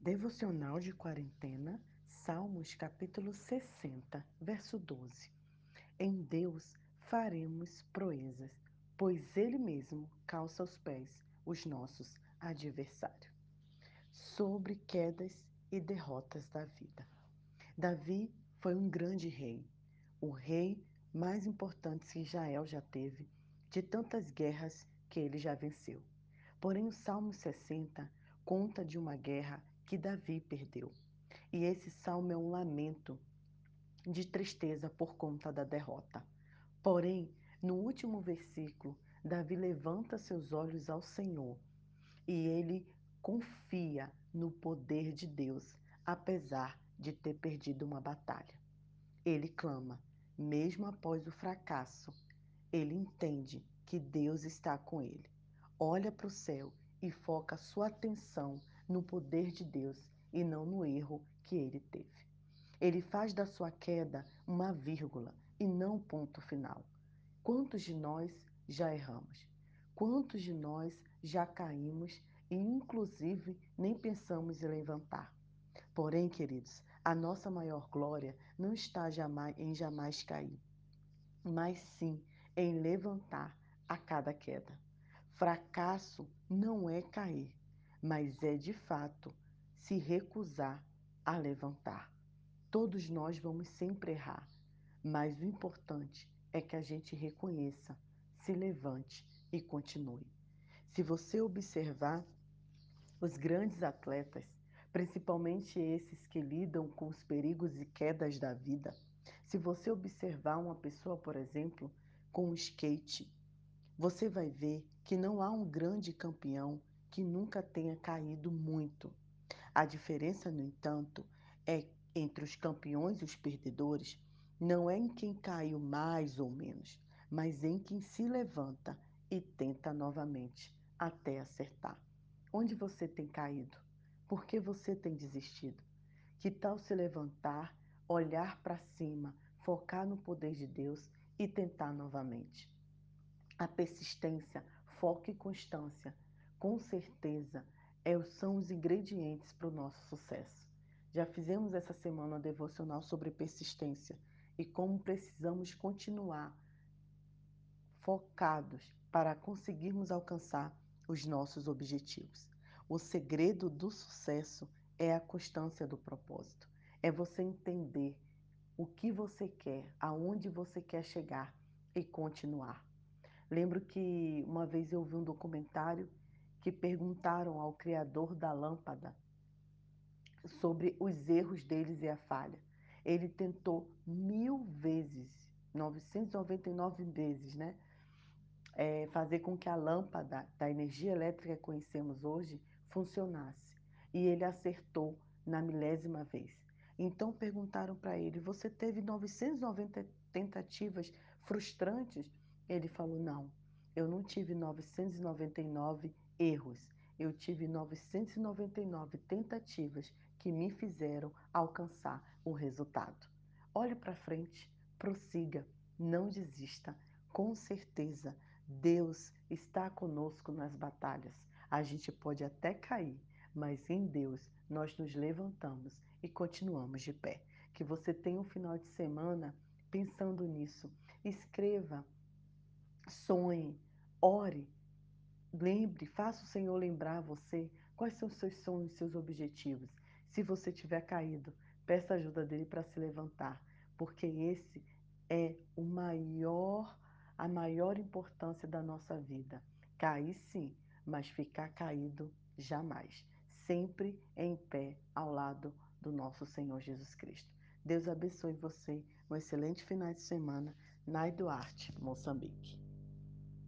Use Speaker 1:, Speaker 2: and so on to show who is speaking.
Speaker 1: Devocional de quarentena, Salmos capítulo 60, verso 12. Em Deus faremos proezas, pois Ele mesmo calça aos pés os nossos adversários. Sobre quedas e derrotas da vida. Davi foi um grande rei, o rei mais importante que Israel já teve, de tantas guerras que ele já venceu. Porém, o Salmo 60 conta de uma guerra que Davi perdeu. E esse salmo é um lamento de tristeza por conta da derrota. Porém, no último versículo, Davi levanta seus olhos ao Senhor e ele confia no poder de Deus, apesar de ter perdido uma batalha. Ele clama, mesmo após o fracasso, ele entende que Deus está com ele. Olha para o céu e foca sua atenção no poder de Deus e não no erro que ele teve. Ele faz da sua queda uma vírgula e não um ponto final. Quantos de nós já erramos? Quantos de nós já caímos e, inclusive, nem pensamos em levantar? Porém, queridos, a nossa maior glória não está em jamais cair, mas sim em levantar a cada queda. Fracasso não é cair, mas é de fato se recusar a levantar. Todos nós vamos sempre errar, mas o importante é que a gente reconheça, se levante e continue. Se você observar os grandes atletas, principalmente esses que lidam com os perigos e quedas da vida, se você observar uma pessoa, por exemplo, com um skate, você vai ver que não há um grande campeão que nunca tenha caído muito. A diferença, no entanto, é entre os campeões e os perdedores, não é em quem caiu mais ou menos, mas em quem se levanta e tenta novamente até acertar. Onde você tem caído? Por que você tem desistido? Que tal se levantar, olhar para cima, focar no poder de Deus e tentar novamente? A persistência, foco e constância, com certeza, são os ingredientes para o nosso sucesso. Já fizemos essa semana um devocional sobre persistência e como precisamos continuar focados para conseguirmos alcançar os nossos objetivos. O segredo do sucesso é a constância do propósito. É você entender o que você quer, aonde você quer chegar e continuar. Lembro que uma vez eu vi um documentário que perguntaram ao criador da lâmpada sobre os erros deles e a falha. Ele tentou 1000 vezes, 999 vezes, né? Fazer com que a lâmpada da energia elétrica que conhecemos hoje funcionasse. E ele acertou na milésima vez. Então perguntaram para ele: Você teve 990 tentativas frustrantes? Ele falou: Não, eu não tive 999 erros. Eu tive 999 tentativas que me fizeram alcançar o resultado. Olhe para frente, prossiga, não desista. Com certeza, Deus está conosco nas batalhas. A gente pode até cair, mas em Deus nós nos levantamos e continuamos de pé. Que você tenha um final de semana pensando nisso. Escreva, sonhe, ore, lembre, faça o Senhor lembrar você quais são os seus sonhos, seus objetivos. Se você tiver caído, peça ajuda dele para se levantar, porque esse é a maior importância da nossa vida. Cair sim, mas ficar caído jamais. Sempre em pé ao lado do nosso Senhor Jesus Cristo. Deus abençoe você. Um excelente final de semana. Nai Duarte, Moçambique.